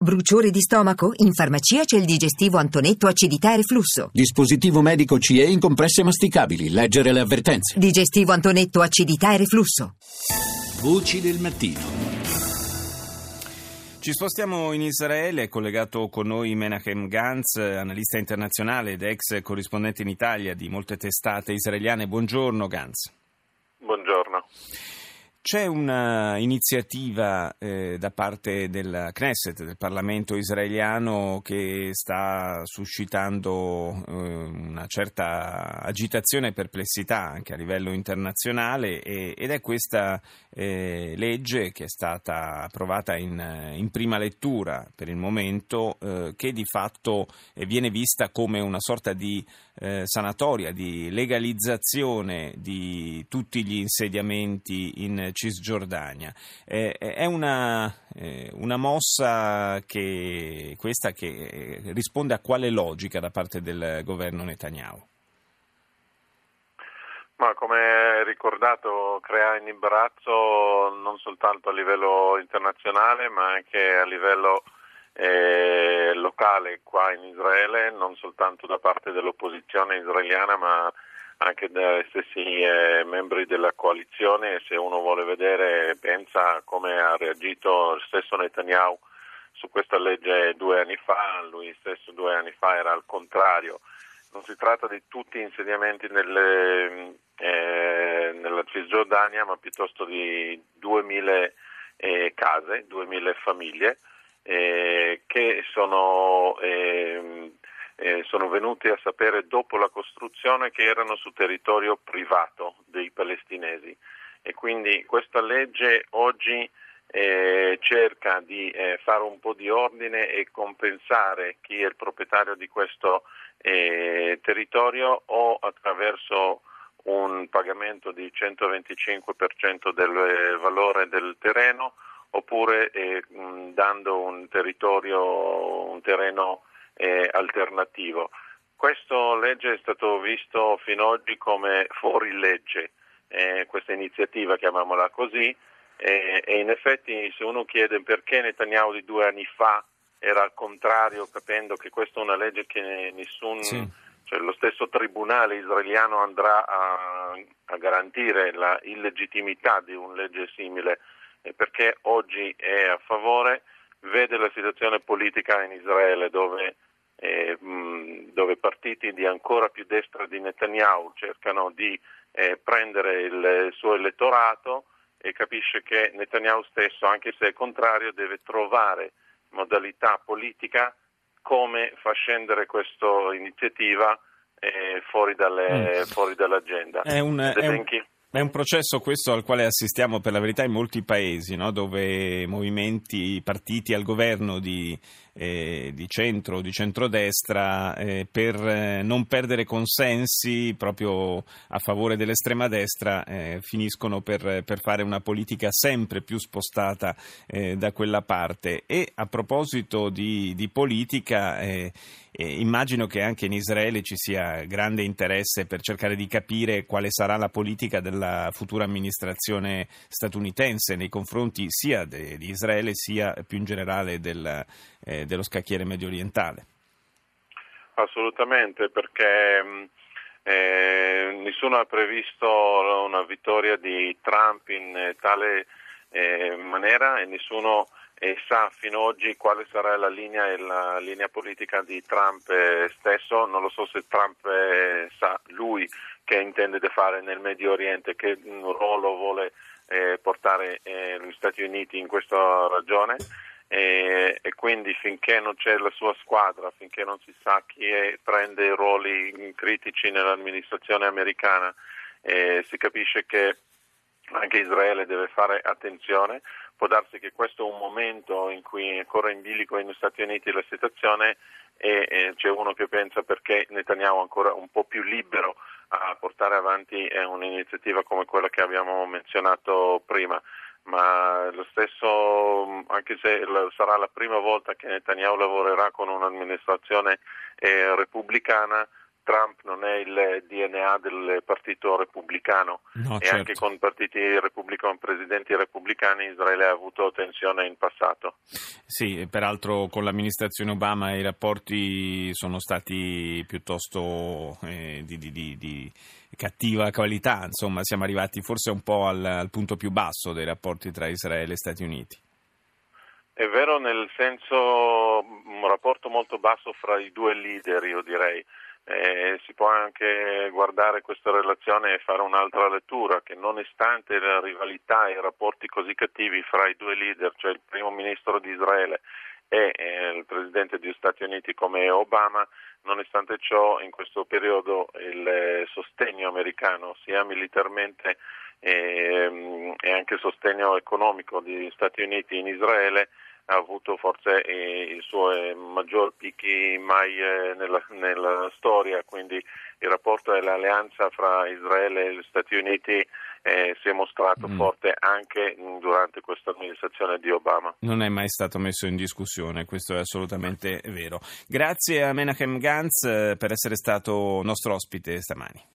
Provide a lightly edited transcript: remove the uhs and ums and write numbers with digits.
Bruciore di stomaco? In farmacia c'è il digestivo Antonetto acidità e reflusso. Dispositivo medico CE in compresse masticabili. Leggere le avvertenze. Digestivo Antonetto acidità e reflusso. Voci del mattino. Ci spostiamo in Israele, è collegato con noi Menachem Gantz, analista internazionale ed ex corrispondente in Italia di molte testate israeliane. Buongiorno Gantz. Buongiorno. C'è una iniziativa da parte del Knesset, del Parlamento israeliano, che sta suscitando una certa agitazione e perplessità anche a livello internazionale ed è questa legge che è stata approvata in prima lettura per il momento, che di fatto viene vista come una sorta di sanatoria, di legalizzazione di tutti gli insediamenti in Cisgiordania. È una mossa che risponde a quale logica da parte del governo Netanyahu? Ma come ricordato crea un imbarazzo non soltanto a livello internazionale ma anche a livello locale qua in Israele, non soltanto da parte dell'opposizione israeliana ma anche dai stessi membri della coalizione. Se uno vuole vedere, pensa come ha reagito il stesso Netanyahu su questa legge 2 anni fa, lui stesso 2 anni fa era al contrario. Non si tratta di tutti insediamenti nella Cisgiordania, ma piuttosto di 2000 case, 2000 famiglie che sono venuti a sapere dopo la costruzione che erano su territorio privato dei palestinesi, e quindi questa legge oggi cerca di fare un po' di ordine e compensare chi è il proprietario di questo territorio, o attraverso un pagamento di 125% del valore del terreno, oppure dando un terreno alternativo. Questa legge è stato visto fino ad oggi come fuori legge, questa iniziativa, chiamiamola così, e in effetti se uno chiede perché Netanyahu di 2 anni fa era al contrario, capendo che questa è una legge che cioè lo stesso tribunale israeliano andrà a garantire la illegittimità di una legge simile, perché oggi è a favore, vede la situazione politica in Israele dove partiti di ancora più destra di Netanyahu cercano di prendere il suo elettorato, e capisce che Netanyahu stesso, anche se è contrario, deve trovare modalità politica come fa scendere questa iniziativa fuori dall'agenda. È un processo questo al quale assistiamo per la verità in molti paesi, no? Dove movimenti, partiti al governo di centro o di centrodestra, per non perdere consensi proprio a favore dell'estrema destra, finiscono per fare una politica sempre più spostata da quella parte. E a proposito di politica, immagino che anche in Israele ci sia grande interesse per cercare di capire quale sarà la politica della futura amministrazione statunitense nei confronti sia di Israele sia più in generale dello scacchiere mediorientale. Assolutamente, perché nessuno ha previsto una vittoria di Trump in tale maniera, e nessuno sa fino ad oggi quale sarà la linea politica di Trump stesso. Non lo so se Trump sa lui che intende fare nel Medio Oriente, che ruolo vuole portare gli Stati Uniti in questa ragione, e quindi finché non c'è la sua squadra, finché non si sa chi prende i ruoli critici nell'amministrazione americana, si capisce che anche Israele deve fare attenzione. Può darsi che questo è un momento in cui è ancora in bilico negli Stati Uniti la situazione, e c'è uno che pensa perché Netanyahu è ancora un po' più libero a portare avanti un'iniziativa come quella che abbiamo menzionato prima. Ma lo stesso, anche se sarà la prima volta che Netanyahu lavorerà con un'amministrazione repubblicana, Trump non è il DNA del partito repubblicano, No, e certo. anche con presidenti repubblicani Israele ha avuto tensione in passato. Sì, peraltro con l'amministrazione Obama i rapporti sono stati piuttosto di cattiva qualità, insomma siamo arrivati forse un po' al punto più basso dei rapporti tra Israele e Stati Uniti. È vero, nel senso un rapporto molto basso fra i due leader, io direi. Si può anche guardare questa relazione e fare un'altra lettura, che nonostante la rivalità e i rapporti così cattivi fra i due leader, cioè il primo ministro di Israele e il presidente degli Stati Uniti come Obama, nonostante ciò in questo periodo il sostegno americano sia militarmente e anche sostegno economico degli Stati Uniti in Israele ha avuto forse i suoi maggior picchi mai nella storia, quindi il rapporto e l'alleanza fra Israele e gli Stati Uniti si è mostrato forte anche durante questa amministrazione di Obama. Non è mai stato messo in discussione, questo è assolutamente vero. Grazie a Menachem Gantz per essere stato nostro ospite stamani.